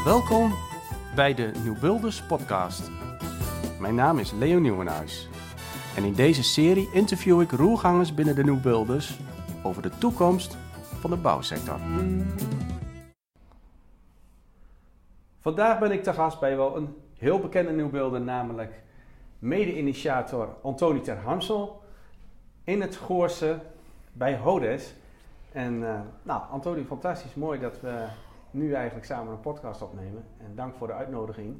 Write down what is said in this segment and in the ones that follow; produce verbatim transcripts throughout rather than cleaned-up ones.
Welkom bij de Nieuwbuilders podcast. Mijn naam is Leo Nieuwenhuis en in deze serie interview ik roergangers binnen de Nieuwbuilders over de toekomst van de bouwsector. Vandaag ben ik te gast bij wel een heel bekende Nieuwbuilder, namelijk mede-initiator Antoni ter Hamsel in het Goorse bij Hodes. En uh, nou, Antoni, fantastisch mooi dat we nu eigenlijk samen een podcast opnemen. En dank voor de uitnodiging.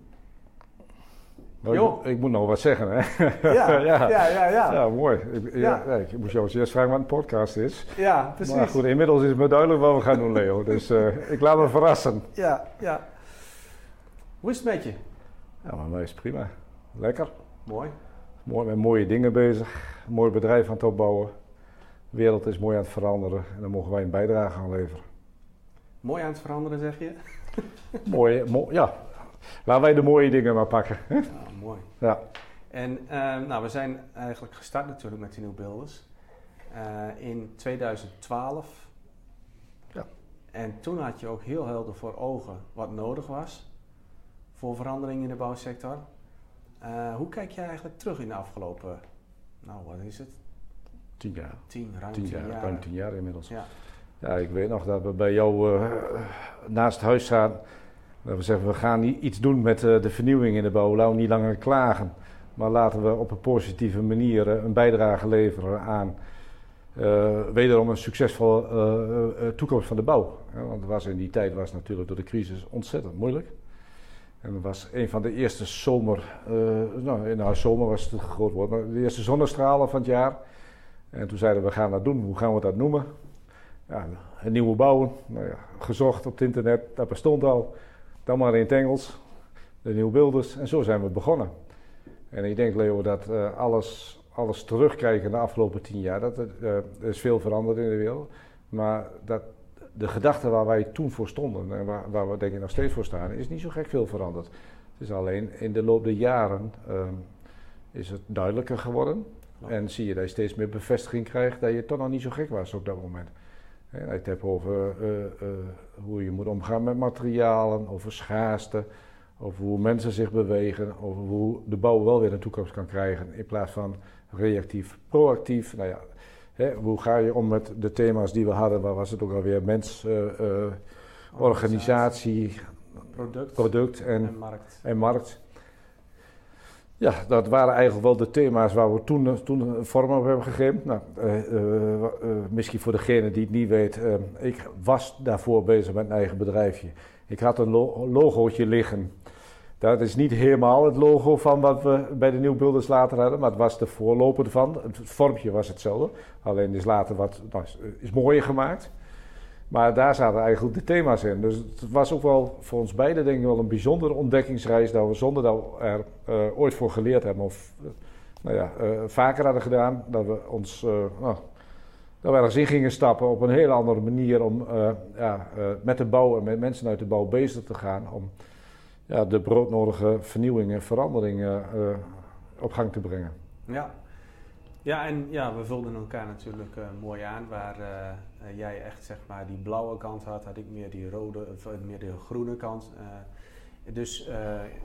Nou, ik, ik moet nog wat zeggen, hè? Ja, ja, ja, ja. Ja, ja mooi. Ik, ja. Ja, ik moest jou eens eerst vragen wat een podcast is. Ja, precies. Maar goed, inmiddels is het me duidelijk wat we gaan doen, Leo. Dus uh, ik laat me verrassen. Ja, ja. Hoe is het met je? Ja, maar mij is het prima. Lekker. Mooi. Mooi, met mooie dingen bezig. Een mooi bedrijf aan het opbouwen. De wereld is mooi aan het veranderen. En dan mogen wij een bijdrage aan leveren. Mooi aan het veranderen, zeg je? Mooi, mo- ja. Laten wij de mooie dingen maar pakken. Hè? Ja, mooi. Ja. En uh, nou, we zijn eigenlijk gestart natuurlijk met de Nieuwbuilders uh, in tweeduizend twaalf. Ja. En toen had je ook heel helder voor ogen wat nodig was voor verandering in de bouwsector. Uh, hoe kijk jij eigenlijk terug in de afgelopen, nou wat is het? Tien jaar. Tien, ruim tien, tien jaar. jaar. Ruim tien jaar inmiddels. Ja. Ja, ik weet nog dat we bij jou uh, naast huis zaten. Dat we zeggen, we gaan niet iets doen met uh, de vernieuwing in de bouw. Laten we niet langer klagen. Maar laten we op een positieve manier uh, een bijdrage leveren aan uh, wederom een succesvolle uh, uh, toekomst van de bouw. Ja, want het was in die tijd was natuurlijk door de crisis ontzettend moeilijk. En het was een van de eerste zomer, uh, nou, nou zomer was het een groot woord, maar de eerste zonnestralen van het jaar. En toen zeiden we, we gaan dat doen. Hoe gaan we dat noemen? Ja, een nieuwe bouwen. Nou ja, gezocht op het internet, dat bestond al. Dan maar in het Engels, de Nieuwbuilders. En zo zijn we begonnen. En ik denk, Leo, dat uh, alles, alles terugkijken in de afgelopen tien jaar, dat er, uh, er is veel veranderd in de wereld. Maar dat de gedachte waar wij toen voor stonden en waar, waar we denk ik nog steeds voor staan, is niet zo gek veel veranderd. Het is alleen in de loop der jaren uh, is het duidelijker geworden. Ja. En zie je dat je steeds meer bevestiging krijgt dat je toch nog niet zo gek was op dat moment. En als je het hebt over uh, uh, hoe je moet omgaan met materialen, over schaarste, over hoe mensen zich bewegen, over hoe de bouw wel weer een toekomst kan krijgen in plaats van reactief, proactief. Nou ja, hè, hoe ga je om met de thema's die we hadden, waar was het ook alweer, mens, uh, uh, organisatie, product, product en, en markt. En markt. Ja, dat waren eigenlijk wel de thema's waar we toen, toen vorm op hebben gegeven. Nou, uh, uh, uh, misschien voor degene die het niet weet, uh, ik was daarvoor bezig met een eigen bedrijfje. Ik had een lo- logootje liggen. Dat is niet helemaal het logo van wat we bij de Nieuwbuilders later hadden, maar het was de voorloper ervan. Het vormpje was hetzelfde, alleen is later wat nou, is mooier gemaakt. Maar daar zaten eigenlijk de thema's in. Dus het was ook wel voor ons beiden denk ik wel een bijzondere ontdekkingsreis dat we zonder dat we er uh, ooit voor geleerd hebben of uh, nou ja, uh, vaker hadden gedaan. Dat we ons uh, nou, dat we ergens in gingen stappen op een hele andere manier om uh, ja, uh, met de bouw en met mensen uit de bouw bezig te gaan. Om ja, de broodnodige vernieuwingen en veranderingen uh, op gang te brengen. Ja. Ja, en ja, we vulden elkaar natuurlijk uh, mooi aan. Waar uh, uh, jij echt zeg maar die blauwe kant had, had ik meer die rode, of uh, meer de groene kant. Uh, dus, uh,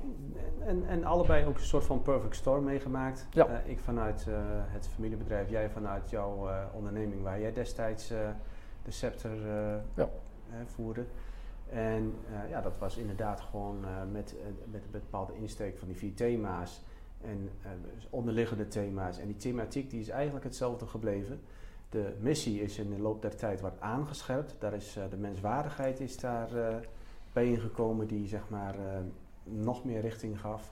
en, en allebei ook een soort van perfect storm meegemaakt. Ja. Uh, ik vanuit uh, het familiebedrijf, jij vanuit jouw uh, onderneming waar jij destijds uh, de Scepter uh, ja. uh, voerde. En uh, ja, dat was inderdaad gewoon uh, met, uh, met een bepaalde insteek van die vier thema's. En uh, onderliggende thema's. En die thematiek die is eigenlijk hetzelfde gebleven. De missie is in de loop der tijd wat aangescherpt. Daar is, uh, de menswaardigheid is daar uh, bij ingekomen die zeg maar uh, nog meer richting gaf.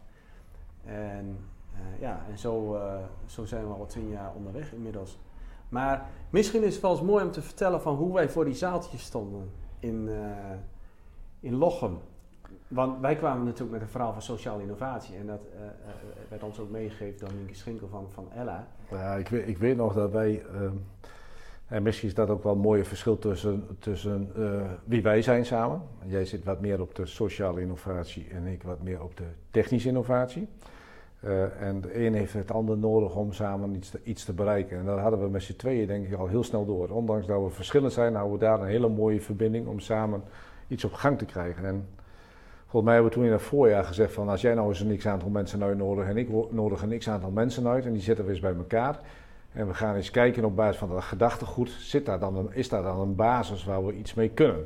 En uh, ja, en zo, uh, zo zijn we al tien jaar onderweg inmiddels. Maar misschien is het wel eens mooi om te vertellen van hoe wij voor die zaaltjes stonden in, uh, in Lochem. Want wij kwamen natuurlijk met een verhaal van sociale innovatie en dat uh, uh, werd ons ook meegegeven door Minke Schinkel van, van Ella. Ja, ik weet, ik weet nog dat wij, uh, en misschien is dat ook wel een mooie verschil tussen, tussen uh, wie wij zijn samen. Jij zit wat meer op de sociale innovatie en ik wat meer op de technische innovatie. Uh, en de een heeft het ander nodig om samen iets te, iets te bereiken. En dat hadden we met z'n tweeën denk ik al heel snel door. Ondanks dat we verschillend zijn, houden we daar een hele mooie verbinding om samen iets op gang te krijgen. En Volgens mij hebben we toen in het voorjaar gezegd van als jij nou eens een x-aantal mensen uitnodigt en ik nodig een x-aantal mensen uit en die zetten we eens bij elkaar. En we gaan eens kijken op basis van dat gedachtegoed, zit daar dan een, is daar dan een basis waar we iets mee kunnen.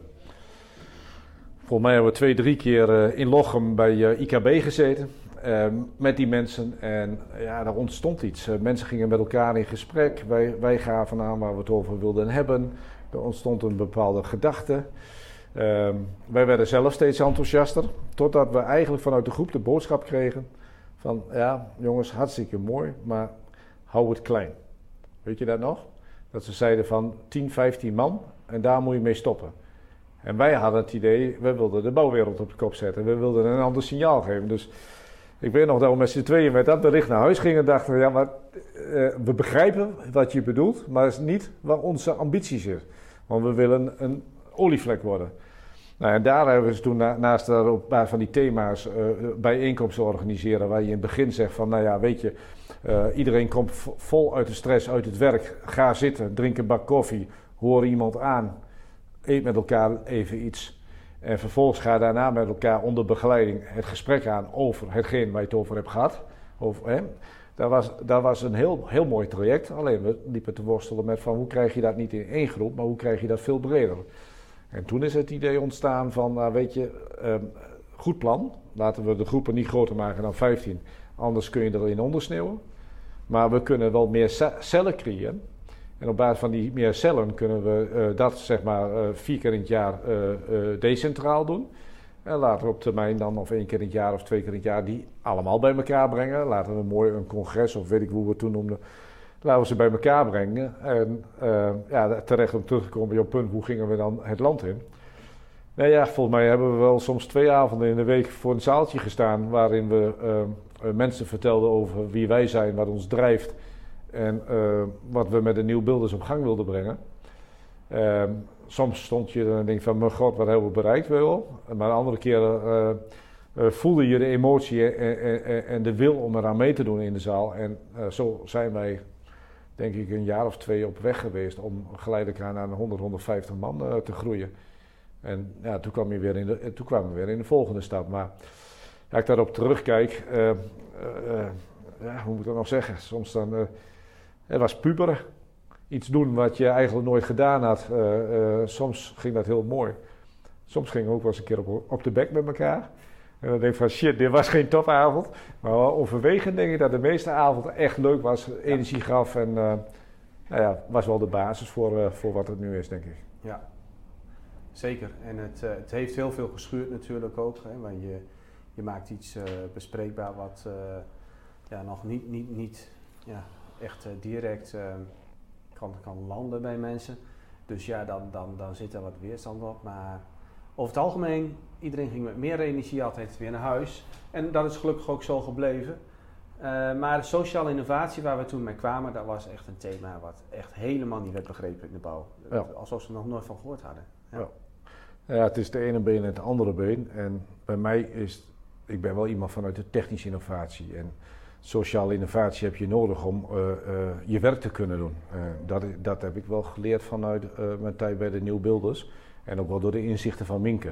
Volgens mij hebben we twee, drie keer uh, in Lochem bij uh, I K B gezeten uh, met die mensen. En ja, daar ontstond iets. Uh, mensen gingen met elkaar in gesprek. Wij, wij gaven aan waar we het over wilden hebben. Er ontstond een bepaalde gedachte. Uh, wij werden zelf steeds enthousiaster. Totdat we eigenlijk vanuit de groep de boodschap kregen van ja, jongens, hartstikke mooi, maar hou het klein. Weet je dat nog? Dat ze zeiden van tien, vijftien man en daar moet je mee stoppen. En wij hadden het idee, we wilden de bouwwereld op de kop zetten. We wilden een ander signaal geven. Dus ik weet nog dat we met z'n tweeën met dat bericht naar huis gingen en dachten, ja, maar uh, we begrijpen wat je bedoelt, maar het is niet waar onze ambitie zit. Want we willen een olievlek worden. Nou, en daar hebben we toen na, naast daar op basis van die thema's uh, bijeenkomsten organiseren, waar je in het begin zegt van, nou ja, weet je, uh, iedereen komt vol uit de stress, uit het werk. Ga zitten, drink een bak koffie, hoor iemand aan. Eet met elkaar even iets. En vervolgens ga daarna met elkaar onder begeleiding het gesprek aan over hetgeen waar je het over hebt gehad. Over, hè. Dat was, dat was een heel, heel mooi traject. Alleen we liepen te worstelen met van hoe krijg je dat niet in één groep, maar hoe krijg je dat veel breder. En toen is het idee ontstaan van, nou weet je, um, goed plan. Laten we de groepen niet groter maken dan vijftien. Anders kun je erin ondersneeuwen. Maar we kunnen wel meer cellen creëren. En op basis van die meer cellen kunnen we uh, dat zeg maar uh, vier keer in het jaar uh, uh, decentraal doen. En later op termijn dan of één keer in het jaar of twee keer in het jaar die allemaal bij elkaar brengen. Laten we mooi een congres of weet ik hoe we het toen noemden. Laten we ze bij elkaar brengen. En uh, ja, terecht om terug te komen bij jouw punt, hoe gingen we dan het land in? Nou ja, volgens mij hebben we wel soms twee avonden in de week voor een zaaltje gestaan waarin we uh, mensen vertelden over wie wij zijn, wat ons drijft. En uh, wat we met de Nieuw Builders op gang wilden brengen. Uh, soms stond je en denk van, mijn god, wat hebben we bereikt wel. Maar andere keren uh, uh, voelde je de emotie en, en, en de wil om eraan mee te doen in de zaal. En uh, zo zijn wij, denk ik, een jaar of twee op weg geweest om geleidelijk aan naar honderd, honderdvijftig man uh, te groeien. En ja, toen, kwam je weer in de, toen kwamen we weer in de volgende stap. Maar als ik daarop terugkijk, uh, uh, uh, ja, hoe moet ik dat nog zeggen? Soms dan... Uh, Het was puberen. Iets doen wat je eigenlijk nooit gedaan had. Uh, uh, soms ging dat heel mooi. Soms gingen we ook wel eens een keer op, op de bek met elkaar. En dan denk ik van shit, dit was geen topavond. Maar overwegend denk ik dat de meeste avonden echt leuk was. Energie gaf en uh, nou ja, was wel de basis voor, uh, voor wat het nu is, denk ik. Ja, zeker. En het, uh, het heeft heel veel geschuurd natuurlijk ook. Hè, want je, je maakt iets uh, bespreekbaar wat uh, ja, nog niet... niet, niet ja, echt uh, direct uh, kan, kan landen bij mensen. Dus ja, dan, dan, dan zit er wat weerstand op. Maar over het algemeen, iedereen ging met meer energie altijd weer naar huis. En dat is gelukkig ook zo gebleven. Uh, maar de sociale innovatie waar we toen mee kwamen, dat was echt een thema wat echt helemaal niet werd begrepen in de bouw. Ja. Alsof ze er nog nooit van gehoord hadden. Ja. Ja. Ja, het is de ene been en het andere been. En bij mij is, ik ben wel iemand vanuit de technische innovatie. En sociale innovatie heb je nodig om uh, uh, je werk te kunnen doen. Uh, dat, dat heb ik wel geleerd vanuit uh, mijn tijd bij de Nieuw Builders. En ook wel door de inzichten van Minke.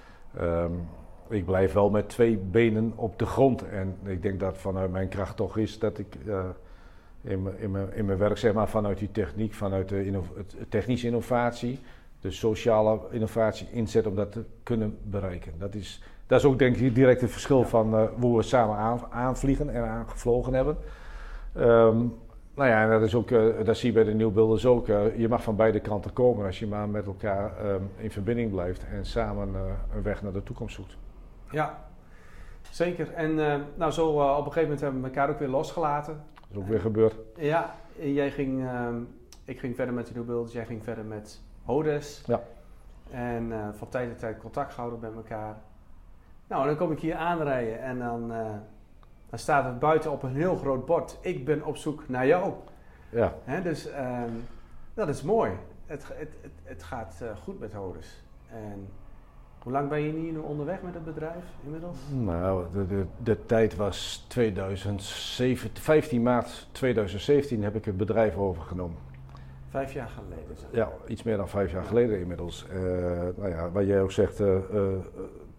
Um, ik blijf wel met twee benen op de grond. En ik denk dat vanuit mijn kracht toch is dat ik uh, in, mijn, in, mijn, in mijn werk, zeg maar, vanuit die techniek, vanuit de inno- technische innovatie, de sociale innovatie inzet om dat te kunnen bereiken. Dat is... Dat is ook denk ik direct het verschil ja. van uh, hoe we samen aan, aanvliegen en aangevlogen hebben. Um, nou ja, en dat is ook, uh, dat zie je bij de Nieuw Builders ook. Uh, je mag van beide kanten komen als je maar met elkaar um, in verbinding blijft en samen uh, een weg naar de toekomst zoekt. Ja, zeker. En uh, nou, zo uh, op een gegeven moment hebben we elkaar ook weer losgelaten. Dat is ook weer gebeurd. Ja, jij ging, uh, ik ging verder met de Nieuw Builders, jij ging verder met Hodes. Ja. En uh, van tijd tot tijd contact gehouden met elkaar. Nou, dan kom ik hier aanrijden en dan, uh, dan staat het buiten op een heel groot bord. Ik ben op zoek naar jou. Ja. Hè, dus um, dat is mooi. Het, het, het, het gaat uh, goed met Hodes. En hoe lang ben je nu onderweg met het bedrijf inmiddels? Nou, de, de, de tijd was tweeduizend zeventien, vijftien maart tweeduizend zeventien heb ik het bedrijf overgenomen. Vijf jaar geleden? Zo. Ja, iets meer dan vijf jaar geleden inmiddels. Uh, nou ja, wat jij ook zegt... Uh, uh,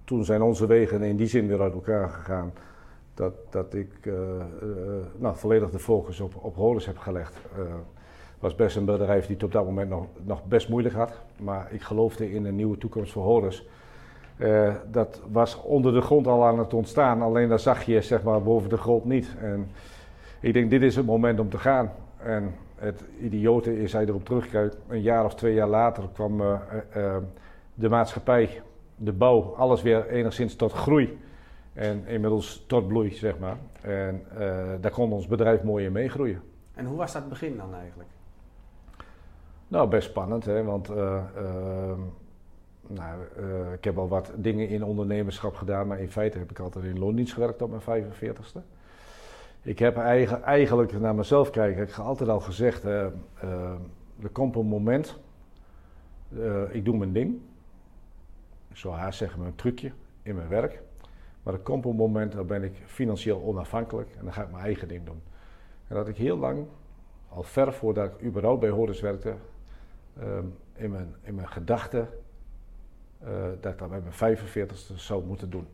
toen zijn onze wegen in die zin weer uit elkaar gegaan. Dat, dat ik uh, uh, nou, volledig de focus op, op Horus heb gelegd. Het uh, was best een bedrijf die het op dat moment nog, nog best moeilijk had. Maar ik geloofde in een nieuwe toekomst voor Horus. Uh, dat was onder de grond al aan het ontstaan. Alleen dat zag je zeg maar, boven de grond niet. En ik denk, dit is het moment om te gaan. En het idiote is, hij erop terugkijkt. Een jaar of twee jaar later kwam uh, uh, de maatschappij, de bouw, alles weer enigszins tot groei. En inmiddels tot bloei, zeg maar. En uh, daar kon ons bedrijf mooi in meegroeien. En hoe was dat begin dan eigenlijk? Nou, best spannend, hè. Want uh, uh, nou, uh, ik heb al wat dingen in ondernemerschap gedaan. Maar in feite heb ik altijd in loondienst gewerkt op mijn vijfenveertigste. Ik heb eigen, eigenlijk naar mezelf kijken. Ik heb altijd al gezegd, uh, uh, er komt een moment. Uh, ik doe mijn ding. Ik zou haast zeggen, mijn trucje in mijn werk. Maar er komt een moment, dan ben ik financieel onafhankelijk en dan ga ik mijn eigen ding doen. En dat ik heel lang, al ver voordat ik überhaupt bij Horus werkte, um, in mijn, in mijn gedachten, uh, dat ik dat met mijn vijfenveertigste zou moeten doen.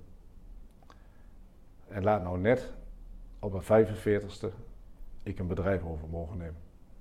En laat nou net op mijn vijfenveertigste ik een bedrijf over mogen nemen.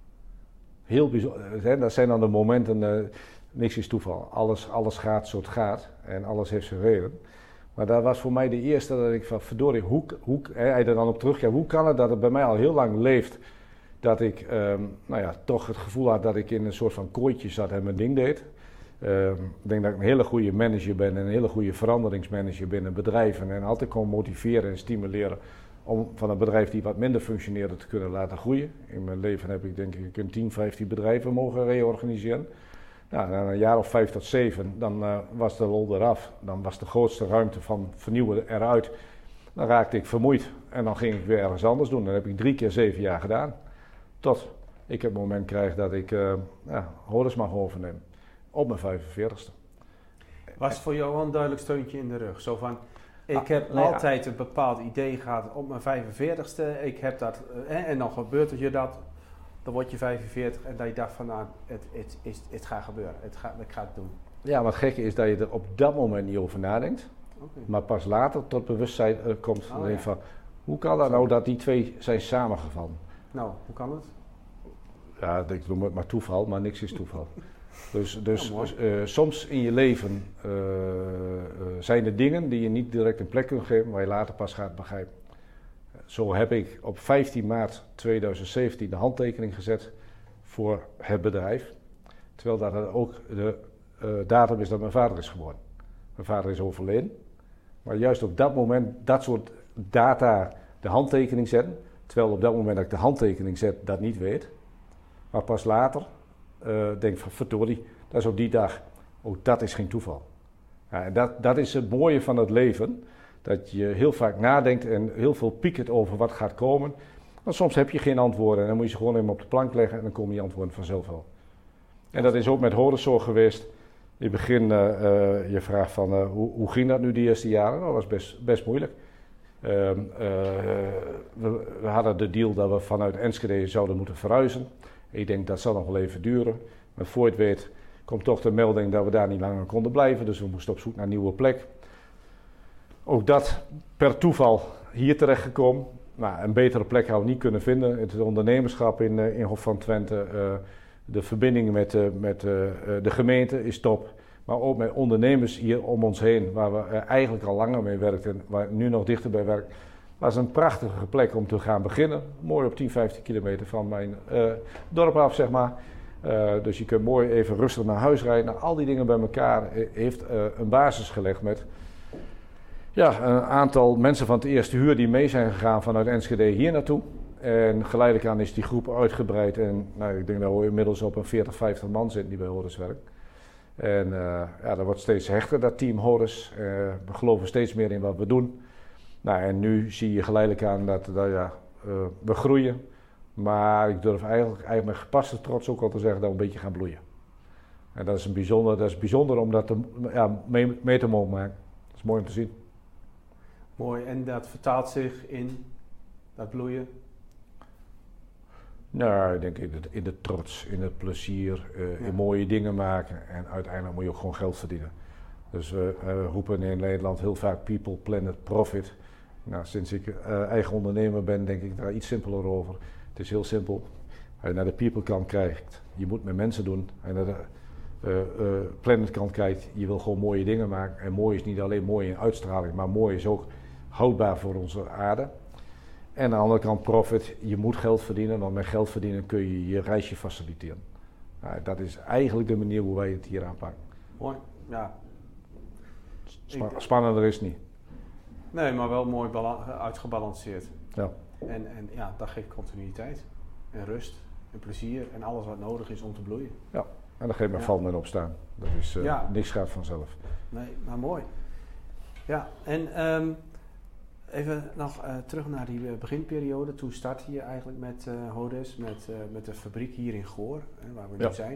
Heel bijzonder, dat zijn dan de momenten, uh, niks is toeval. Alles, alles gaat zoals het gaat en alles heeft zijn reden. Maar dat was voor mij de eerste dat ik van verdorie, hoe, hoe, hij er dan op terug, ja, hoe kan het dat het bij mij al heel lang leeft, dat ik um, nou ja, toch het gevoel had dat ik in een soort van kooitje zat en mijn ding deed. Um, ik denk dat ik een hele goede manager ben en een hele goede veranderingsmanager binnen bedrijven en altijd kon motiveren en stimuleren om van een bedrijf die wat minder functioneerde te kunnen laten groeien. In mijn leven heb ik denk ik een tien, vijftien bedrijven mogen reorganiseren. Nou, na een jaar of vijf tot zeven, dan uh, was de lol eraf. Dan was de grootste ruimte van vernieuwen eruit. Dan raakte ik vermoeid en dan ging ik weer ergens anders doen. Dat heb ik drie keer zeven jaar gedaan. Tot ik het moment krijg dat ik uh, ja, Horus mag overnemen. Op mijn vijfenveertigste. Was voor jou wel een duidelijk steuntje in de rug? Zo van, ik ah, heb nee, altijd ja. een bepaald idee gehad op mijn vijfenveertigste. Ik heb dat, uh, en dan gebeurt het je dat. Dan word je vijfenveertig en dat je dacht van nou, het, het, het, het gaat gebeuren, het gaat, ik ga het doen. Ja, wat gekke is dat je er op dat moment niet over nadenkt. Okay. Maar pas later tot bewustzijn uh, komt oh, ja. van, hoe kan dat nou dat die twee zijn samengevallen? Nou, hoe kan het? Ja, ik noem het maar toeval, maar niks is toeval. dus dus ja, uh, soms in je leven uh, uh, zijn er dingen die je niet direct een plek kunt geven, waar je later pas gaat begrijpen. Zo heb ik op vijftien maart tweeduizend zeventien de handtekening gezet voor het bedrijf. Terwijl dat ook de uh, datum is dat mijn vader is geboren. Mijn vader is overleden. Maar juist op dat moment dat soort data de handtekening zetten. Terwijl op dat moment dat ik de handtekening zet dat niet weet. Maar pas later uh, denk ik van verdorie, dat is op die dag. Oh, dat is geen toeval. Ja, en dat, dat is het mooie van het leven. Dat je heel vaak nadenkt en heel veel piekert over wat gaat komen. Maar soms heb je geen antwoorden en dan moet je ze gewoon even op de plank leggen en dan komen die antwoorden vanzelf wel. En dat is ook met Horus zo geweest. In het begin, uh, uh, je vraagt van uh, hoe, hoe ging dat nu die eerste jaren? Nou, dat was best, best moeilijk. Uh, uh, we, we hadden de deal dat we vanuit Enschede zouden moeten verhuizen. Ik denk dat zal nog wel even duren. Maar voor je het weet komt toch de melding dat we daar niet langer konden blijven. Dus we moesten op zoek naar een nieuwe plek. Ook dat per toeval hier terechtgekomen. Nou, een betere plek hadden we niet kunnen vinden. Het ondernemerschap in, uh, in Hof van Twente, uh, de verbinding met, uh, met uh, de gemeente is top. Maar ook met ondernemers hier om ons heen, waar we uh, eigenlijk al langer mee werkten, waar ik nu nog dichter bij werk. Was een prachtige plek om te gaan beginnen. Mooi op tien, vijftien kilometer van mijn uh, dorp af, zeg maar. Uh, dus je kunt mooi even rustig naar huis rijden. Nou, al die dingen bij elkaar heeft uh, een basis gelegd met... Ja, een aantal mensen van het eerste huur die mee zijn gegaan vanuit Enschede hier naartoe. En geleidelijk aan is die groep uitgebreid. En nou, ik denk dat we inmiddels op een veertig, vijftig man zitten die bij Horus werken. En uh, ja, dat wordt steeds hechter, dat team Horus. Uh, we geloven steeds meer in wat we doen. Nou, en nu zie je geleidelijk aan dat, dat ja, uh, we groeien. Maar ik durf eigenlijk, eigenlijk met gepaste trots ook al te zeggen dat we een beetje gaan bloeien. En dat is, een bijzonder, dat is bijzonder om dat te, ja, mee, mee te mogen maken. Dat is mooi om te zien. Mooi, en dat vertaalt zich in dat bloeien? Nou, ik denk in de, in de trots, in het plezier, uh, ja. in mooie dingen maken en uiteindelijk moet je ook gewoon geld verdienen. Dus we uh, roepen in Nederland heel vaak people, planet, profit. Nou, sinds ik uh, eigen ondernemer ben, denk ik daar iets simpeler over. Het is heel simpel. Als je naar de people kant kijkt, je moet met mensen doen. En naar de uh, uh, planet kant kijkt, je wil gewoon mooie dingen maken. En mooi is niet alleen mooi in uitstraling, maar mooi is ook houdbaar voor onze aarde. En aan de andere kant profit, je moet geld verdienen, want met geld verdienen kun je je reisje faciliteren. Nou, dat is eigenlijk de manier hoe wij het hier aanpakken. Mooi, ja. Spa- spannender is het niet. Nee, maar wel mooi bala- uitgebalanceerd. Ja. En, en ja, dat geeft continuïteit en rust en plezier en alles wat nodig is om te bloeien. Ja, en dat geeft me ja. vallen en opstaan. Dat is, uh, ja. Niks gaat vanzelf. Nee, maar mooi. Ja, en um, even nog uh, terug naar die uh, beginperiode. Toen startte je eigenlijk met uh, Hodes, met, uh, met de fabriek hier in Goor, hè, waar we ja. nu zijn.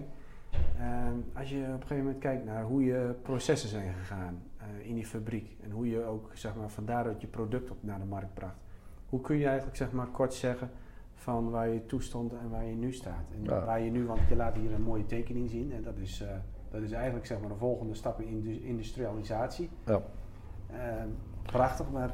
Um, als je op een gegeven moment kijkt naar hoe je processen zijn gegaan uh, in die fabriek en hoe je ook zeg maar, van daaruit je product op naar de markt bracht. Hoe kun je eigenlijk zeg maar, kort zeggen van waar je toe stond en waar je nu staat? En ja. waar je nu, want je laat hier een mooie tekening zien en dat is, uh, dat is eigenlijk zeg maar, de volgende stap in industrialisatie. Ja. Uh, prachtig, maar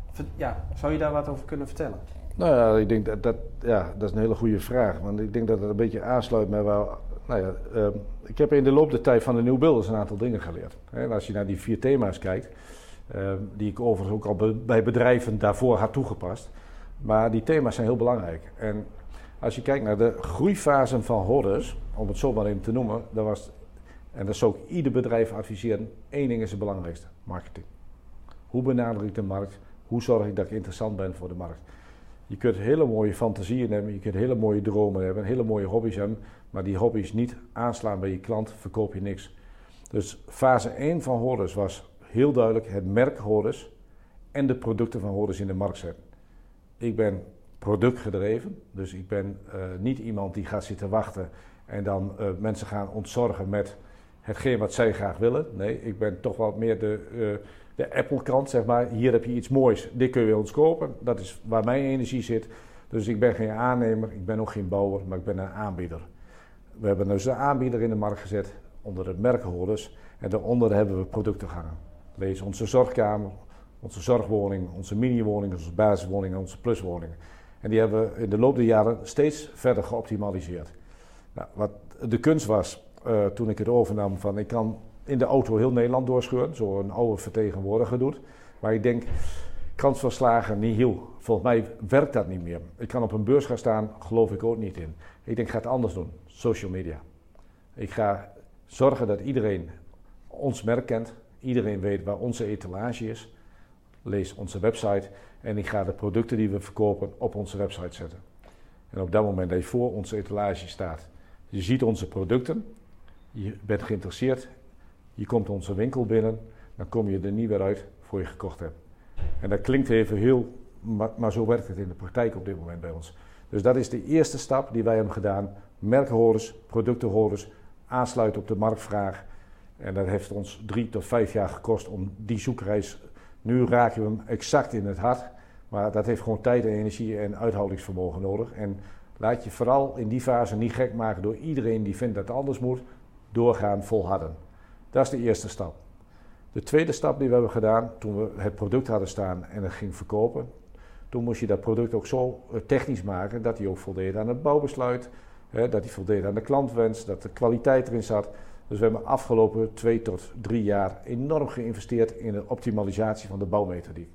ja, zou je daar wat over kunnen vertellen? Nou ja, ik denk dat dat, ja, dat is een hele goede vraag, want ik denk dat het een beetje aansluit met waar. Nou ja, uh, ik heb in de loop der tijd van de New Builders een aantal dingen geleerd. En als je naar die vier thema's kijkt, uh, die ik overigens ook al be- bij bedrijven daarvoor had toegepast. Maar die thema's zijn heel belangrijk. En als je kijkt naar de groeifasen van Hodes, om het zo maar even te noemen, dat was, en dat zou ik ieder bedrijf adviseren, één ding is het belangrijkste, marketing. Hoe benader ik de markt? Hoe zorg ik dat ik interessant ben voor de markt? Je kunt hele mooie fantasieën hebben, je kunt hele mooie dromen hebben, hele mooie hobby's hebben, maar die hobby's niet aanslaan bij je klant, verkoop je niks. Dus fase één van Hodes was heel duidelijk het merk Hodes en de producten van Hodes in de markt zetten. Ik ben productgedreven, dus ik ben uh, niet iemand die gaat zitten wachten en dan uh, mensen gaan ontzorgen met hetgeen wat zij graag willen. Nee, ik ben toch wel meer de, uh, de Apple-kant, zeg maar. Hier heb je iets moois, dit kun je bij ons kopen. Dat is waar mijn energie zit. Dus ik ben geen aannemer, ik ben ook geen bouwer, maar ik ben een aanbieder. We hebben dus een aanbieder in de markt gezet onder het merk Hodes en daaronder hebben we producten hangen. Lees onze zorgkamer, onze zorgwoning, onze mini-woning, onze basiswoning en onze pluswoningen. En die hebben we in de loop der jaren steeds verder geoptimaliseerd. Nou, wat de kunst was, uh, toen ik het overnam, van ik kan in de auto heel Nederland doorscheuren, zoals een oude vertegenwoordiger doet. Maar ik denk, kansverslagen, nihil. Volgens mij werkt dat niet meer. Ik kan op een beurs gaan staan, geloof ik ook niet in. Ik denk, ik ga het anders doen. Social media. Ik ga zorgen dat iedereen ons merk kent. Iedereen weet waar onze etalage is. Lees onze website. En ik ga de producten die we verkopen op onze website zetten. En op dat moment dat je voor onze etalage staat. Je ziet onze producten. Je bent geïnteresseerd. Je komt onze winkel binnen. Dan kom je er niet weer uit voor je gekocht hebt. En dat klinkt even heel, maar, maar zo werkt het in de praktijk op dit moment bij ons. Dus dat is de eerste stap die wij hebben gedaan. Merken Hodes, producten Hodes, aansluiten op de marktvraag. En dat heeft ons drie tot vijf jaar gekost om die zoekreis. Nu raken we hem exact in het hart. Maar dat heeft gewoon tijd en energie en uithoudingsvermogen nodig. En laat je vooral in die fase niet gek maken door iedereen die vindt dat het anders moet. Doorgaan, volharden. Dat is de eerste stap. De tweede stap die we hebben gedaan, toen we het product hadden staan en het ging verkopen, toen moest je dat product ook zo technisch maken dat hij ook voldeed aan het bouwbesluit, hè, dat hij voldeed aan de klantwens, dat de kwaliteit erin zat. Dus we hebben afgelopen twee tot drie jaar enorm geïnvesteerd in de optimalisatie van de bouwmethodiek.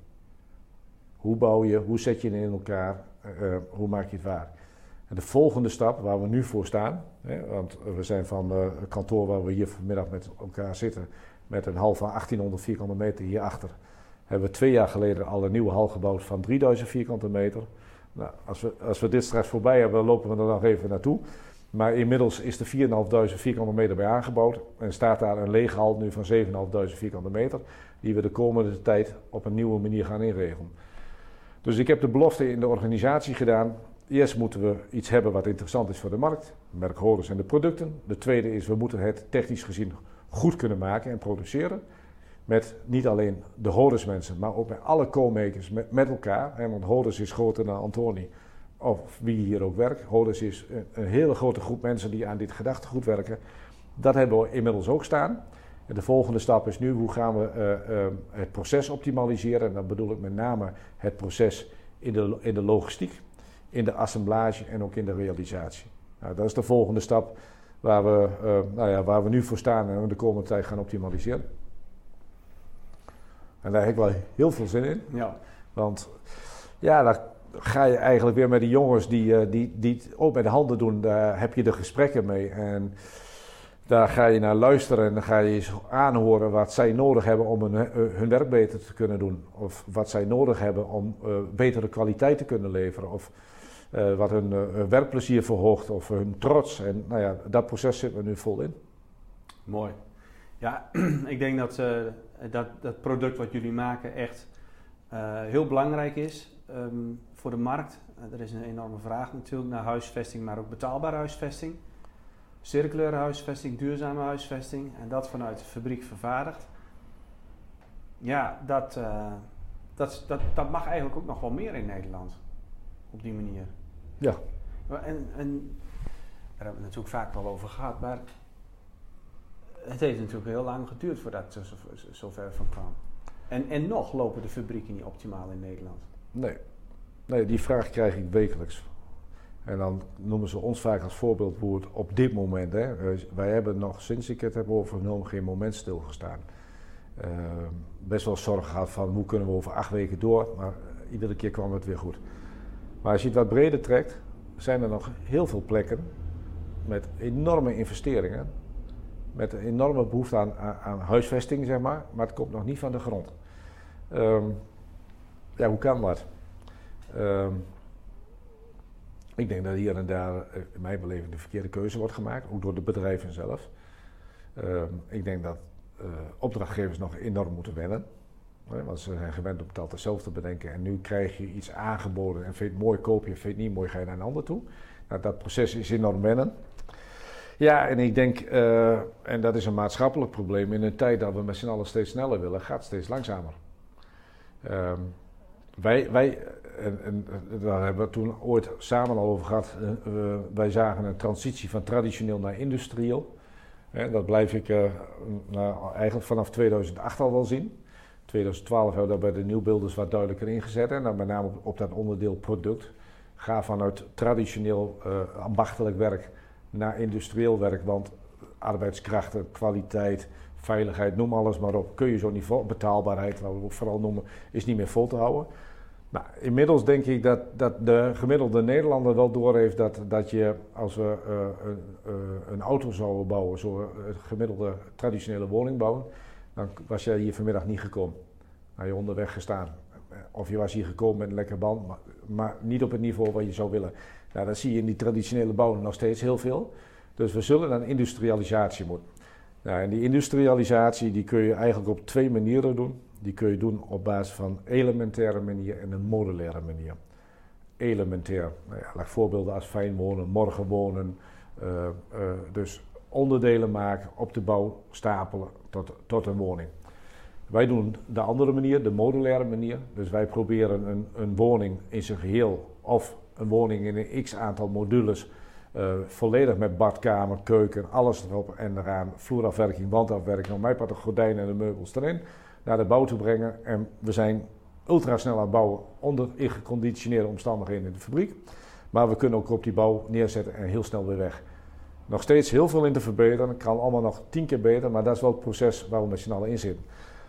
Hoe bouw je, hoe zet je het in elkaar, uh, hoe maak je het waar? En de volgende stap waar we nu voor staan, hè, want we zijn van uh, het kantoor waar we hier vanmiddag met elkaar zitten, met een hal van achttienhonderd vierkante meter hierachter, hebben we twee jaar geleden al een nieuwe hal gebouwd van drieduizend vierkante meter. Nou, als we, als we dit straks voorbij hebben, dan lopen we er nog even naartoe. Maar inmiddels is er vierduizend vierkante meter bij aangebouwd en staat daar een lege hal nu van zevenduizend vierkante meter, die we de komende tijd op een nieuwe manier gaan inregelen. Dus ik heb de belofte in de organisatie gedaan. Eerst moeten we iets hebben wat interessant is voor de markt, merk Hodes en de producten. De tweede is, we moeten het technisch gezien goed kunnen maken en produceren. Met niet alleen de Hodes mensen, maar ook met alle co-makers, met, met elkaar. Hè, want Hodes is groter dan Antoni, of wie hier ook werkt. Hodes is een, een hele grote groep mensen die aan dit gedachtegoed werken. Dat hebben we inmiddels ook staan. En de volgende stap is nu, hoe gaan we uh, uh, het proces optimaliseren? En dan bedoel ik met name het proces in de, in de logistiek, in de assemblage en ook in de realisatie. Nou, dat is de volgende stap waar we, uh, nou ja, waar we nu voor staan en de komende tijd gaan optimaliseren. En daar heb ik wel heel veel zin in. Ja. Want ja, dan ga je eigenlijk weer met die jongens die, die, die het ook met de handen doen, daar heb je de gesprekken mee. En daar ga je naar luisteren en dan ga je eens aanhoren wat zij nodig hebben om hun, hun werk beter te kunnen doen. Of wat zij nodig hebben om uh, betere kwaliteit te kunnen leveren. Of uh, wat hun, uh, hun werkplezier verhoogt of hun trots. En nou ja, dat proces zitten we nu vol in. Mooi. Ja, ik denk dat, uh, dat dat product wat jullie maken echt uh, heel belangrijk is um, voor de markt. Uh, er is een enorme vraag natuurlijk naar huisvesting, maar ook betaalbare huisvesting. Circulaire huisvesting, duurzame huisvesting en dat vanuit de fabriek vervaardigd. Ja, dat, uh, dat, dat, dat mag eigenlijk ook nog wel meer in Nederland. Op die manier. Ja. En, en daar hebben we het natuurlijk vaak wel over gehad, maar het heeft natuurlijk heel lang geduurd voordat het zo, zo ver van kwam. En, en nog lopen de fabrieken niet optimaal in Nederland. Nee. Nee, die vraag krijg ik wekelijks. En dan noemen ze ons vaak als voorbeeld hoe het op dit moment, hè, wij hebben nog sinds ik het heb overgenomen geen moment stilgestaan. Uh, best wel zorgen gehad van hoe kunnen we over acht weken door, maar uh, iedere keer kwam het weer goed. Maar als je het wat breder trekt, zijn er nog heel veel plekken met enorme investeringen, met een enorme behoefte aan, aan, aan huisvesting, zeg maar, maar het komt nog niet van de grond. Um, ja, hoe kan dat? Um, Ik denk dat hier en daar in mijn beleving de verkeerde keuze wordt gemaakt, ook door de bedrijven zelf. Uh, ik denk dat uh, opdrachtgevers nog enorm moeten wennen. Hè, want ze zijn gewend om het altijd zelf te bedenken. En nu krijg je iets aangeboden en vind je het mooi, koop je, vind je het niet mooi, ga je naar een ander toe. Nou, dat proces is enorm wennen. Ja, en ik denk, uh, en dat is een maatschappelijk probleem, in een tijd dat we met z'n allen steeds sneller willen, gaat het steeds langzamer. Uh, wij... wij En, en daar hebben we het toen ooit samen al over gehad. Uh, wij zagen een transitie van traditioneel naar industrieel. Uh, dat blijf ik uh, nou, eigenlijk vanaf tweeduizend acht al wel zien. tweeduizend twaalf hebben we daar bij de nieuwbeelders wat duidelijker ingezet. En dan met name op, op dat onderdeel product. Ga vanuit traditioneel uh, ambachtelijk werk naar industrieel werk. Want arbeidskrachten, kwaliteit, veiligheid, noem alles maar op. Kun je zo niet vol, betaalbaarheid, wat we ook vooral noemen, is niet meer vol te houden. Nou, inmiddels denk ik dat, dat de gemiddelde Nederlander wel doorheeft dat, dat je, als we uh, een, uh, een auto zouden bouwen, zo een gemiddelde traditionele woning bouwen, dan was je hier vanmiddag niet gekomen. Nou, je onderweg gestaan. Of je was hier gekomen met een lekker band, maar, maar niet op het niveau wat je zou willen. Nou, dat zie je in die traditionele bouwen nog steeds heel veel. Dus we zullen naar industrialisatie moeten. Nou, en die industrialisatie die kun je eigenlijk op twee manieren doen. Die kun je doen op basis van elementaire manier en een modulaire manier. Elementair, nou ja, laat voorbeelden als fijn wonen, morgen wonen. Uh, uh, dus onderdelen maken, op de bouw stapelen tot, tot een woning. Wij doen de andere manier, de modulaire manier. Dus wij proberen een, een woning in zijn geheel of een woning in een x aantal modules, uh, volledig met badkamer, keuken, alles erop en eraan, vloerafwerking, wandafwerking, op mijn part de gordijnen en de meubels erin, naar de bouw te brengen. En we zijn ultra snel aan het bouwen onder ingeconditioneerde omstandigheden in de fabriek. Maar we kunnen ook op die bouw neerzetten en heel snel weer weg. Nog steeds heel veel in te verbeteren, het kan allemaal nog tien keer beter, maar dat is wel het proces waar we met z'n allen in zitten.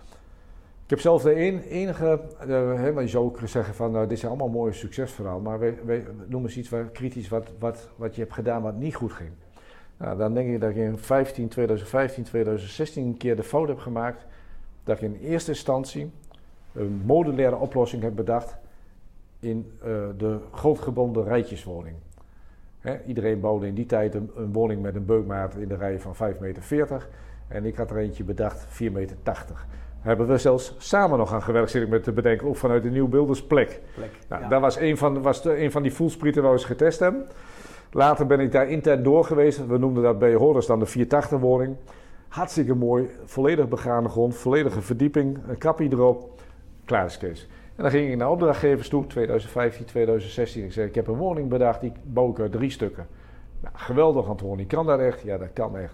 Ik heb zelf de een, enige, uh, he, want je zou ook zeggen van uh, dit zijn allemaal mooie succesverhalen, maar we, we noemen eens iets wat, kritisch wat, wat, wat je hebt gedaan wat niet goed ging. Nou, dan denk ik dat ik in vijftien, tweeduizend vijftien, tweeduizend zestien een keer de fout heb gemaakt dat ik in eerste instantie een modulaire oplossing heb bedacht in uh, de grootgebonden rijtjeswoning. He, iedereen bouwde in die tijd een, een woning met een beukmaat in de rij van vijf meter veertig en ik had er eentje bedacht vier meter tachtig. Hebben we zelfs samen nog aan gewerkt, zit ik met te bedenken, ook vanuit de nieuwbeeldersplek. Plek, nou, ja. Dat was een van, was de, een van die voelsprieten waar we eens getest hebben. Later ben ik daar intern door geweest. We noemden dat bij Horus dan de vierhonderdtachtig woning. Hartstikke mooi, volledig begane grond, volledige verdieping, een kappie erop. Klaar is Kees. En dan ging ik naar opdrachtgevers toe, tweeduizend vijftien, tweeduizend zestien. Ik zei, ik heb een woning bedacht, die bouw ik uit drie stukken. Nou, geweldig antwoord, kan dat echt? Ja, dat kan echt.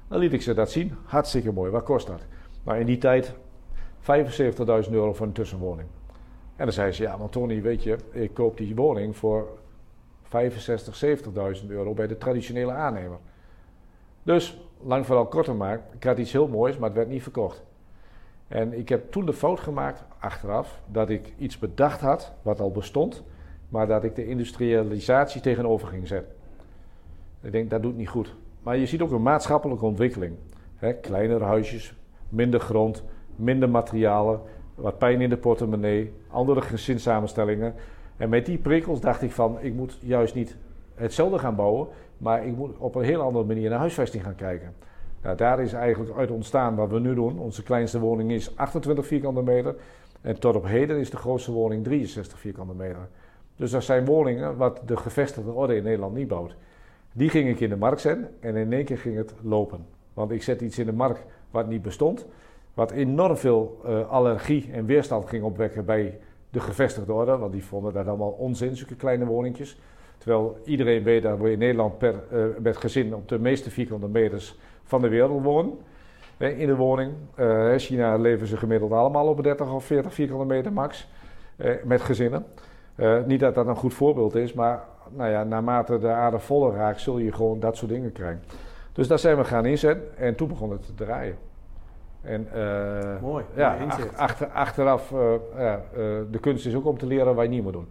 Dan liet ik ze dat zien. Hartstikke mooi. Wat kost dat? Nou, in die tijd vijfenzeventigduizend euro voor een tussenwoning. En dan zei ze, ja, maar Tony, weet je, ik koop die woning voor vijfenzestig, zeventigduizend euro bij de traditionele aannemer. Dus, lang verhaal korter maken, ik had iets heel moois, maar het werd niet verkocht. En ik heb toen de fout gemaakt, achteraf, dat ik iets bedacht had, wat al bestond, maar dat ik de industrialisatie tegenover ging zetten. Ik denk, dat doet niet goed. Maar je ziet ook een maatschappelijke ontwikkeling. He, kleinere huisjes, minder grond, minder materialen, wat pijn in de portemonnee, andere gezinssamenstellingen. En met die prikkels dacht ik van, ik moet juist niet hetzelfde gaan bouwen, maar ik moet op een heel andere manier naar huisvesting gaan kijken. Nou, daar is eigenlijk uit ontstaan wat we nu doen. Onze kleinste woning is achtentwintig vierkante meter en tot op heden is de grootste woning drieënzestig vierkante meter. Dus dat zijn woningen wat de gevestigde orde in Nederland niet bouwt. Die ging ik in de markt zetten en in één keer ging het lopen. Want ik zet iets in de markt wat niet bestond, wat enorm veel uh, allergie en weerstand ging opwekken bij de gevestigde orde, want die vonden dat allemaal onzin, zulke kleine woningjes. Terwijl iedereen weet dat we in Nederland per, uh, met gezin op de meeste vierkante meters van de wereld wonen. In de woning. Uh, in China leven ze gemiddeld allemaal op dertig of veertig vierkante meter max, uh, met gezinnen. Uh, niet dat dat een goed voorbeeld is, maar nou ja, naarmate de aarde voller raakt, zul je gewoon dat soort dingen krijgen. Dus daar zijn we gaan inzetten en toen begon het te draaien. En, uh, mooi, ja, mooi ach, achter, achteraf, uh, ja, uh, de kunst is ook om te leren wat je niet moet doen.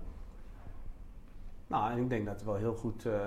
Nou, en ik denk dat het wel heel goed uh, uh,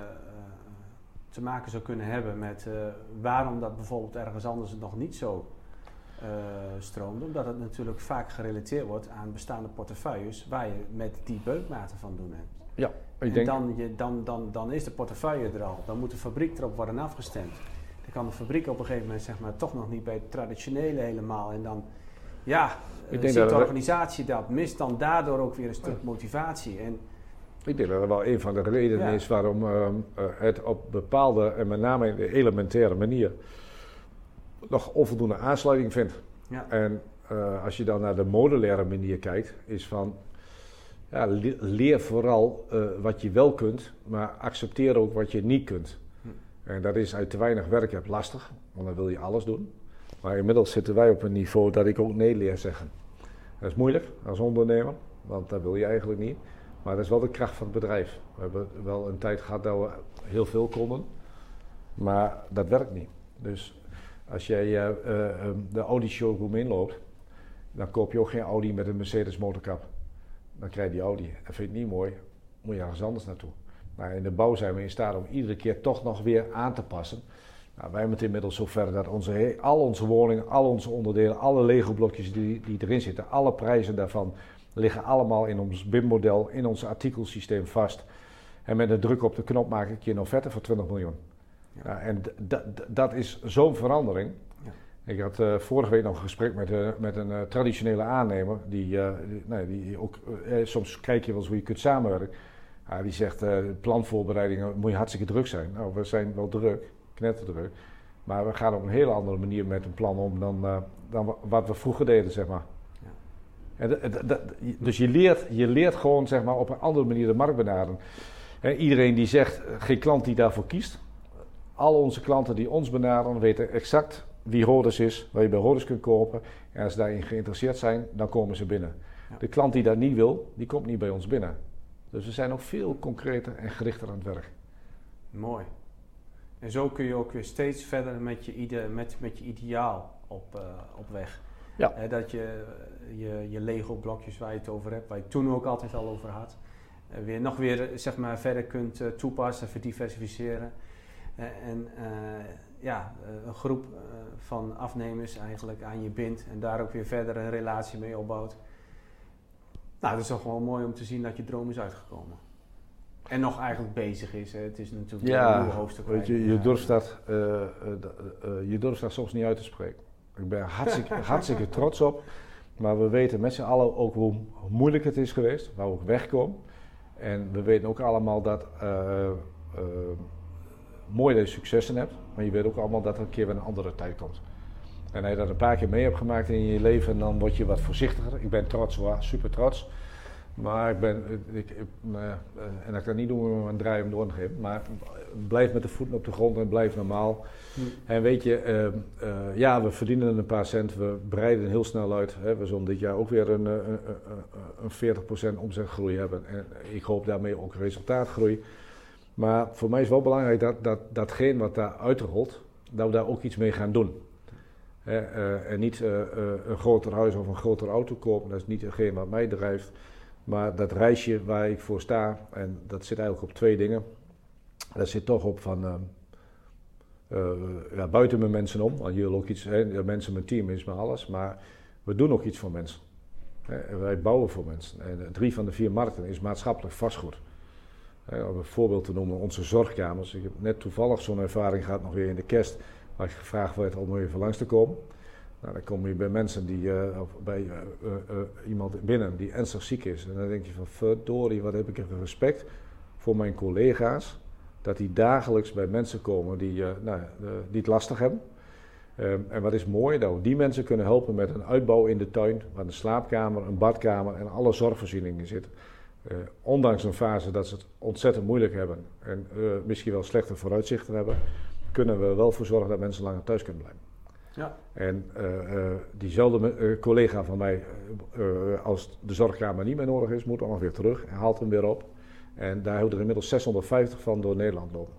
te maken zou kunnen hebben met uh, waarom dat bijvoorbeeld ergens anders het nog niet zo uh, stroomde. Omdat het natuurlijk vaak gerelateerd wordt aan bestaande portefeuilles waar je met die beukmaten van doen hebt. Ja, ik en denk... dan, je, dan, dan, dan is de portefeuille er al. Dan moet de fabriek erop worden afgestemd. Dan kan de fabriek op een gegeven moment zeg maar, toch nog niet bij het traditionele helemaal. En dan ja, ik ziet denk de dat organisatie dat, mist dan daardoor ook weer een stuk motivatie. En ik denk dat dat wel een van de redenen ja. is waarom uh, uh, het op bepaalde, en met name in de elementaire manier, nog onvoldoende aansluiting vindt. Ja. En uh, als je dan naar de modulaire manier kijkt, is van, ja, leer vooral uh, wat je wel kunt, maar accepteer ook wat je niet kunt. Hm. En dat is uit te weinig werk heb lastig, want dan wil je alles doen. Maar inmiddels zitten wij op een niveau dat ik ook nee leer zeggen. Dat is moeilijk als ondernemer, want dat wil je eigenlijk niet. Maar dat is wel de kracht van het bedrijf. We hebben wel een tijd gehad dat we heel veel konden, maar dat werkt niet. Dus als jij uh, uh, de Audi showroom inloopt, dan koop je ook geen Audi met een Mercedes motorkap. Dan krijg je die Audi. En vind je het niet mooi, moet je ergens anders naartoe. Maar in de bouw zijn we in staat om iedere keer toch nog weer aan te passen. Nou, wij hebben het inmiddels zover dat onze, al onze woningen, al onze onderdelen, alle Lego-blokjes die, die erin zitten, alle prijzen daarvan liggen allemaal in ons B I M-model, in ons artikelsysteem vast. En met een druk op de knop maak ik je een offerte voor twintig miljoen. Ja. Nou, en dat is zo'n verandering. Ja. Ik had uh, vorige week nog een gesprek met, uh, met een uh, traditionele aannemer. Die, uh, die, nee, die ook, uh, soms kijk je wel eens hoe je kunt samenwerken. Uh, die zegt, uh, planvoorbereidingen moet je hartstikke druk zijn. Nou, we zijn wel druk, knetterdruk. Maar we gaan op een hele andere manier met een plan om dan, uh, dan wat we vroeger deden, zeg maar. En dat, dat, dat, dus je leert, je leert gewoon zeg maar, op een andere manier de markt benaderen. En iedereen die zegt, geen klant die daarvoor kiest. Al onze klanten die ons benaderen weten exact wie Rhodus is, waar je bij Rhodus kunt kopen. En als ze daarin geïnteresseerd zijn, dan komen ze binnen. Ja. De klant die dat niet wil, die komt niet bij ons binnen. Dus we zijn ook veel concreter en gerichter aan het werk. Mooi. En zo kun je ook weer steeds verder met je, ide- met, met je ideaal op, uh, op weg. Ja. He, dat je je, je Lego-blokjes waar je het over hebt, waar je het toen ook altijd al over had, uh, weer, nog weer zeg maar, verder kunt uh, toepassen, verdiversificeren. Uh, en uh, ja, uh, een groep uh, van afnemers eigenlijk aan je bindt en daar ook weer verder een relatie mee opbouwt. Nou, het is toch gewoon mooi om te zien dat je droom is uitgekomen. En nog eigenlijk bezig is. Hè. Het is natuurlijk ja, een nieuw hoofdstuk. Weet je, je, durft dat, uh, uh, uh, je durft dat soms niet uit te spreken. Ik ben hartstikke, hartstikke trots op. Maar we weten met z'n allen ook hoe moeilijk het is geweest. Waar we ook wegkomen. En we weten ook allemaal dat... Uh, uh, mooi dat je successen hebt. Maar je weet ook allemaal dat er een keer weer een andere tijd komt. En als je dat een paar keer mee hebt gemaakt in je leven... dan word je wat voorzichtiger. Ik ben trots hoor, super trots. Maar ik ben, ik, ik, uh, en dat kan niet doen met een draai om door te geven, maar blijf met de voeten op de grond en blijf normaal. Hm. En weet je, uh, uh, ja, we verdienen een paar cent, we breiden heel snel uit. Hè. We zullen dit jaar ook weer een, een, een veertig procent omzetgroei hebben. En ik hoop daarmee ook resultaatgroei. Maar voor mij is wel belangrijk dat, dat datgene wat daar uitrolt, dat we daar ook iets mee gaan doen. Hè, uh, en niet uh, uh, een groter huis of een grotere auto kopen, dat is niet hetgeen wat mij drijft. Maar dat reisje waar ik voor sta, en dat zit eigenlijk op twee dingen. Dat zit toch op van uh, uh, ja, buiten mijn mensen om. Want je wil ook iets, hè, mensen, mijn team is maar alles. Maar we doen ook iets voor mensen. Hè, wij bouwen voor mensen. En drie van de vier markten is maatschappelijk vastgoed. Hè, om een voorbeeld te noemen, onze zorgkamers. Ik heb net toevallig zo'n ervaring gehad, nog weer in de kerst, waar ik gevraagd werd om even langs te komen. Nou, dan kom je bij mensen die, uh, of bij uh, uh, uh, iemand binnen die ernstig ziek is. En dan denk je van, verdorie, wat heb ik respect voor mijn collega's. Dat die dagelijks bij mensen komen die, uh, nou, uh, die het lastig hebben. Um, en wat is mooi, dat we die mensen kunnen helpen met een uitbouw in de tuin. Waar een slaapkamer, een badkamer en alle zorgvoorzieningen zitten. Uh, ondanks een fase dat ze het ontzettend moeilijk hebben. En uh, misschien wel slechte vooruitzichten hebben. Kunnen we wel voor zorgen dat mensen langer thuis kunnen blijven. Ja. En uh, uh, diezelfde uh, collega van mij, uh, uh, als de zorgkamer niet meer nodig is, moet allemaal weer terug en haalt hem weer op. En daar houden er inmiddels zeshonderdvijftig van door Nederland lopen.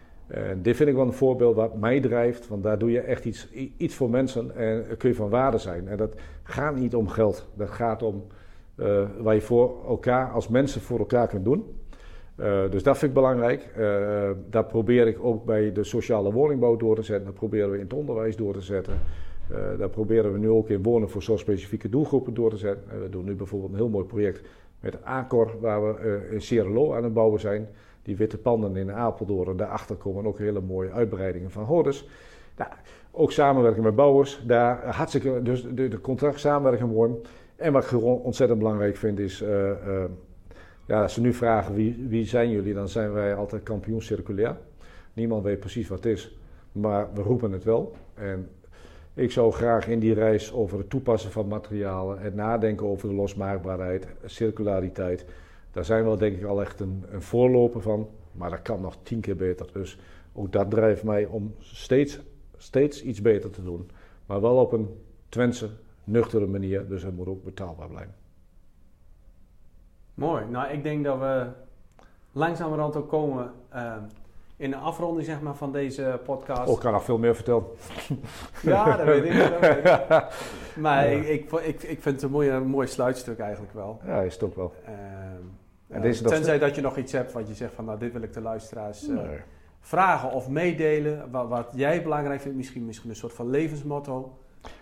En dit vind ik wel een voorbeeld wat mij drijft, want daar doe je echt iets, iets voor mensen en kun je van waarde zijn. En dat gaat niet om geld, dat gaat om uh, wat je voor elkaar, als mensen voor elkaar kunt doen. Uh, dus dat vind ik belangrijk. Uh, dat probeer ik ook bij de sociale woningbouw door te zetten. Dat proberen we in het onderwijs door te zetten. Uh, dat proberen we nu ook in wonen voor zorgspecifieke doelgroepen door te zetten. Uh, we doen nu bijvoorbeeld een heel mooi project met Acor, waar we uh, in Sierra aan het bouwen zijn. Die witte panden in Apeldoorn. En daarachter komen ook hele mooie uitbreidingen van hordes. Nou, ook samenwerken met bouwers. Daar hartstikke, dus de, de contract samenwerken mooi. En wat ik ontzettend belangrijk vind is... Uh, uh, Ja, als ze nu vragen wie, wie zijn jullie, dan zijn wij altijd kampioen circulair. Niemand weet precies wat het is, maar we roepen het wel. En ik zou graag in die reis over het toepassen van materialen, het nadenken over de losmaakbaarheid, circulariteit. Daar zijn we denk ik al echt een, een voorloper van, maar dat kan nog tien keer beter. Dus ook dat drijft mij om steeds, steeds iets beter te doen. Maar wel op een Twentse, nuchtere manier, dus het moet ook betaalbaar blijven. Mooi. Nou, ik denk dat we langzamerhand ook komen uh, in de afronding zeg maar, van deze podcast. Oh, ik kan nog veel meer vertellen. Ja, dat weet ik. Dat weet ik. Maar ja. ik, ik, ik, ik vind het een mooi, een mooi sluitstuk eigenlijk wel. Ja, is het ook wel. Uh, en deze uh, tenzij dat je nog iets hebt wat je zegt van nou, dit wil ik de luisteraars uh, nee. vragen of meedelen. Wat, wat jij belangrijk vindt, misschien, misschien een soort van levensmotto.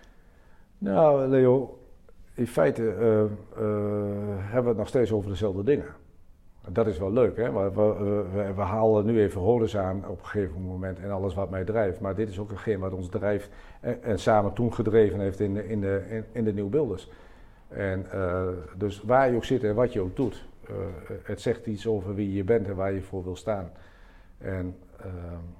Nou, Leo... In feite uh, uh, hebben we het nog steeds over dezelfde dingen. Dat is wel leuk, hè? We, we, we, we halen nu even hordes aan op een gegeven moment en alles wat mij drijft. Maar dit is ook hetgeen wat ons drijft en, en samen toen gedreven heeft in de, in de, in, in de nieuwbeelders. En uh, dus waar je ook zit en wat je ook doet, uh, het zegt iets over wie je bent en waar je voor wil staan. En uh,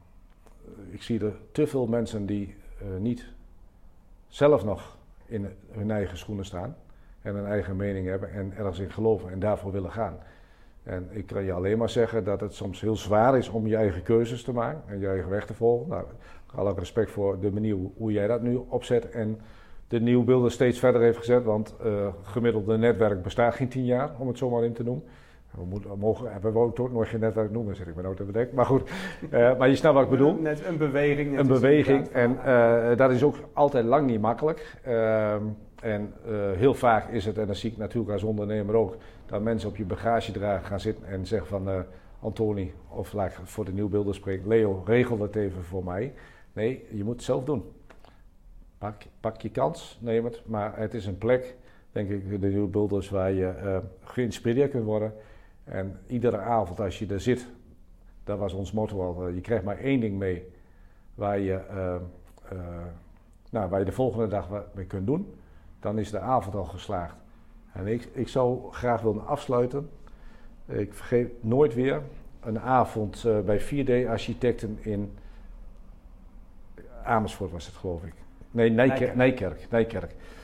ik zie er te veel mensen die uh, niet zelf nog in hun eigen schoenen staan en een eigen mening hebben en ergens in geloven en daarvoor willen gaan. En ik kan je alleen maar zeggen dat het soms heel zwaar is om je eigen keuzes te maken en je eigen weg te volgen. Nou, alle respect voor de manier hoe jij dat nu opzet en de nieuwbeelden steeds verder heeft gezet, want uh, gemiddelde netwerk bestaat geen tien jaar, om het zo maar in te noemen. We, moeten, we, mogen, we wouden ook nooit geen netwerk noemen, zeg ik me nou te bedenken. Maar goed, uh, maar je snapt wat ik bedoel. Net een beweging. Net een beweging en uh, dat is ook altijd lang niet makkelijk. Uh, en uh, heel vaak is het, en dat zie ik natuurlijk als ondernemer ook, dat mensen op je bagagedrager gaan zitten en zeggen van uh, Antoni, of laat ik voor de nieuwbeelden spreken, Leo, regel het even voor mij. Nee, je moet het zelf doen. Pak, pak je kans, neem het. Maar het is een plek, denk ik, de nieuwbeelders waar je uh, geïnspireerd kunt worden. En iedere avond als je er zit, dat was ons motto al, je krijgt maar één ding mee waar je, uh, uh, nou, waar je de volgende dag mee kunt doen. Dan is de avond al geslaagd. En ik, ik zou graag willen afsluiten. Ik vergeet nooit weer een avond uh, bij vier D Architecten in Amersfoort was het geloof ik. Nee, Nijkerk. Nijkerk, Nijkerk.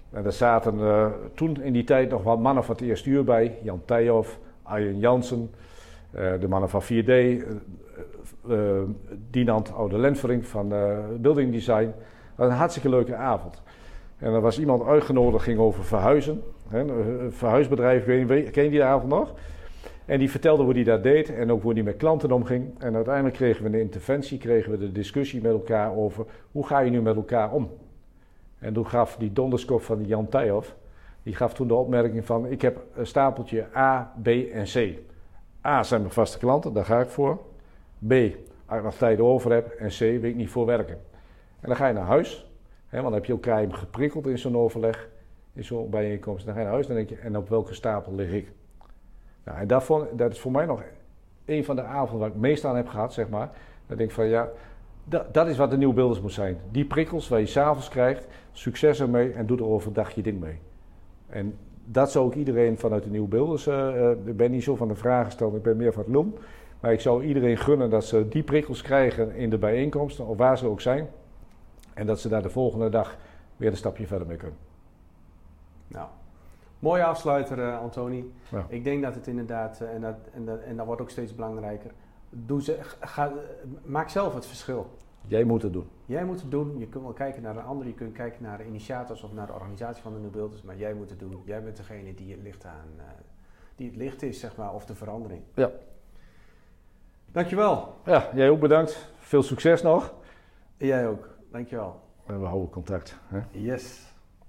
En er zaten uh, toen in die tijd nog wat mannen van het eerste uur bij. Jan Tijhoff, Arjen Jansen, uh, de mannen van vier D, uh, uh, Dinant Oude Lentvering van uh, Building Design. Dat was een hartstikke leuke avond. En er was iemand uitgenodigd, ging over verhuizen. Hè, een verhuisbedrijf, ken je die avond nog? En die vertelde hoe hij dat deed en ook hoe hij met klanten omging. En uiteindelijk kregen we een interventie, kregen we de discussie met elkaar over hoe ga je nu met elkaar om? En toen gaf die donderskop van die Jan Tijhoff, die gaf toen de opmerking van ik heb een stapeltje A, B en C. A zijn mijn vaste klanten, daar ga ik voor. B, als ik nog tijd over heb. En C, wil ik niet voor werken. En dan ga je naar huis, hè, want dan heb je elkaar geprikkeld in zo'n overleg, in zo'n bijeenkomst. Dan ga je naar huis en dan denk je, en op welke stapel lig ik? Nou, en dat, vond, dat is voor mij nog een van de avonden waar ik het meest aan heb gehad, zeg maar. Dan denk ik van ja, dat, dat is wat de Nieuwe Builders moet zijn. Die prikkels waar je s'avonds krijgt, succes ermee en doe er overdag je ding mee. En dat zou ik iedereen vanuit de Nieuwe Builders, uh, ik ben niet zo van de vragen stellen, ik ben meer van het lom. Maar ik zou iedereen gunnen dat ze die prikkels krijgen in de bijeenkomsten, of waar ze ook zijn. En dat ze daar de volgende dag weer een stapje verder mee kunnen. Nou, mooie afsluiter, uh, Antoni. Ja. Ik denk dat het inderdaad, uh, en, dat, en, dat, en dat wordt ook steeds belangrijker, Doe ze, ga, maak zelf het verschil. Jij moet het doen. Jij moet het doen. Je kunt wel kijken naar een ander, je kunt kijken naar de initiators of naar de organisatie van de Nieuwe Builders, maar jij moet het doen. Jij bent degene die het licht aan, uh, die het licht is, zeg maar, of de verandering. Ja. Dankjewel. Ja, jij ook bedankt. Veel succes nog. En jij ook. Dankjewel. En we houden contact. Hè? Yes.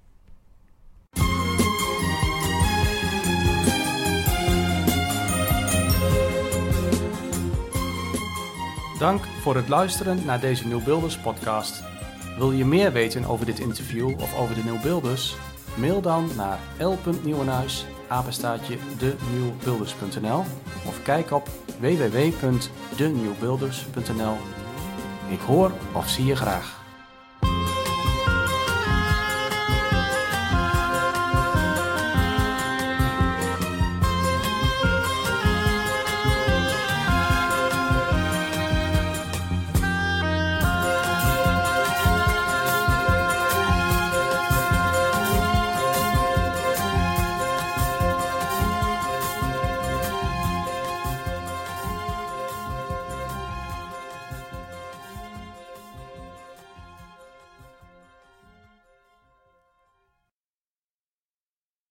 Dank voor het luisteren naar deze Nieuwe Builders podcast. Wil je meer weten over dit interview of over de Nieuwe Builders? Mail dan naar l punt nieuwenhuis apenstaartje de nieuwe builders punt n l of kijk op w w w punt de nieuwe builders punt n l. Ik hoor of zie je graag.